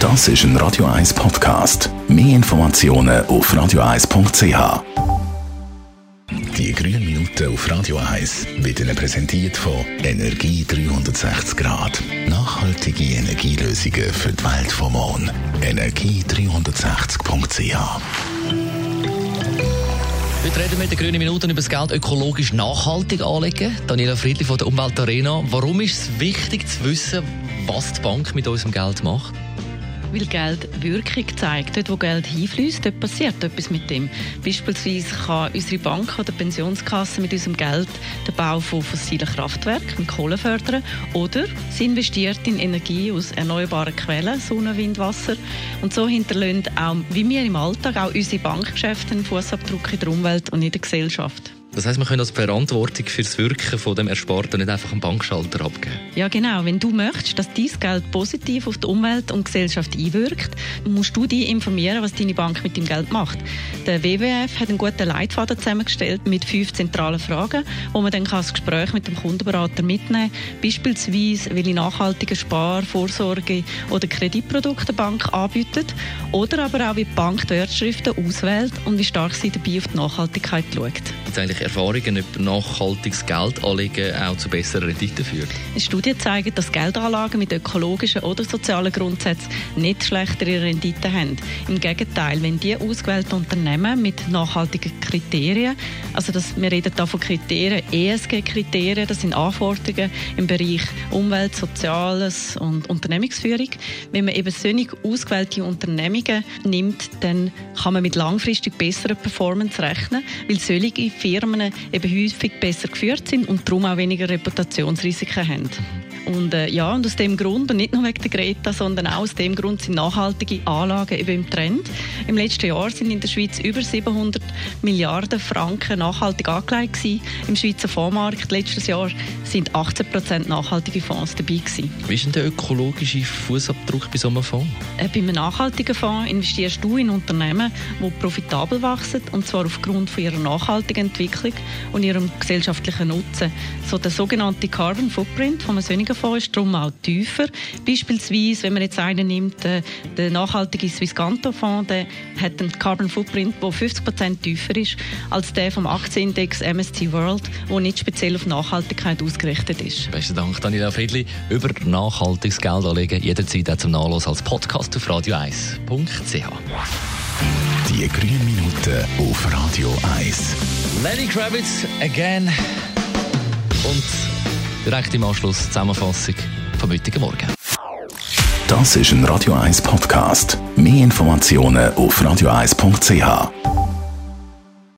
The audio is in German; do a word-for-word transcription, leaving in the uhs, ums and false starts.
Das ist ein Radio eins Podcast. Mehr Informationen auf radio eins punkt c h. Die grünen Minuten auf Radio eins wird Ihnen präsentiert von Energie dreihundertsechzig Grad. Nachhaltige Energielösungen für die Welt vom morgen. energie dreihundertsechzig punkt c h. Heute reden wir mit den grünen Minuten über das Geld ökologisch nachhaltig anlegen. Daniela Friedli von der Umweltarena. Warum ist es wichtig zu wissen, was die Bank mit unserem Geld macht? Weil Geld Wirkung zeigt. Dort, wo Geld hinfließt, dort passiert etwas mit dem. Beispielsweise kann unsere Bank oder Pensionskasse mit unserem Geld den Bau von fossilen Kraftwerken mit Kohle fördern. Oder sie investiert in Energie aus erneuerbaren Quellen, Sonne, Wind, Wasser. Und so hinterlassen auch, wie wir im Alltag, auch unsere Bankgeschäfte einen Fußabdruck in der Umwelt und in der Gesellschaft. Das heisst, wir können als Verantwortung für das Wirken von dem Ersparten nicht einfach einen Bankschalter abgeben? Ja, genau. Wenn du möchtest, dass dein Geld positiv auf die Umwelt und die Gesellschaft einwirkt, musst du dich informieren, was deine Bank mit dem Geld macht. Der W W F hat einen guten Leitfaden zusammengestellt mit fünf zentralen Fragen, wo man dann das Gespräch mit dem Kundenberater mitnehmen kann. Beispielsweise, welche nachhaltige Spar-, Vorsorge- oder Kreditprodukte die Bank anbietet. Oder aber auch, wie die Bank die Wertschriften auswählt und wie stark sie dabei auf die Nachhaltigkeit schaut. Gibt es eigentlich Erfahrungen über nachhaltiges Geld anlegen auch zu besseren Renditen führt? Studien zeigen, dass Geldanlagen mit ökologischen oder sozialen Grundsätzen nicht schlechtere Renditen haben. Im Gegenteil, wenn die ausgewählten Unternehmen mit nachhaltigen Kriterien, also das, wir reden hier von Kriterien, E S G-Kriterien, das sind Anforderungen im Bereich Umwelt, Soziales und Unternehmensführung. Wenn man eben solche ausgewählte Unternehmungen nimmt, dann kann man mit langfristig besseren Performance rechnen, weil solche Firmen eben häufig besser geführt sind und darum auch weniger Reputationsrisiken haben. Und, äh, ja, und aus dem Grund, und nicht nur wegen der Greta, sondern auch aus dem Grund sind nachhaltige Anlagen eben im Trend. Im letzten Jahr sind in der Schweiz über siebenhundert Milliarden Franken nachhaltig angelegt gewesen. Im Schweizer Fondsmarkt letztes Jahr sind achtzehn Prozent nachhaltige Fonds dabei gewesen. Wie ist denn der ökologische Fußabdruck bei so einem Fonds? Äh, bei einem nachhaltigen Fonds investierst du in Unternehmen, die profitabel wachsen, und zwar aufgrund von ihrer nachhaltigen Entwicklung und ihrem gesellschaftlichen Nutzen. So der sogenannte Carbon Footprint von einem solchen Fonds ist darum auch tiefer. Beispielsweise, wenn man jetzt einen nimmt, äh, der nachhaltige Swisscanto-Fonds, der hat einen Carbon Footprint, der fünfzig Prozent tiefer ist als der vom Aktienindex M S C I World, der nicht speziell auf Nachhaltigkeit ausgerichtet ist. Besten Dank, Daniela Friedli. Über nachhaltiges Geld anlegen, jederzeit auch zum Nachlesen als Podcast auf radio eins punkt c h. Die grünen Minuten auf Radio eins. Lenny Kravitz, again. Und direkt im Anschluss Zusammenfassung vom heutigen Morgen. Das ist ein Radio eins Podcast. Mehr Informationen auf radio eins punkt c h.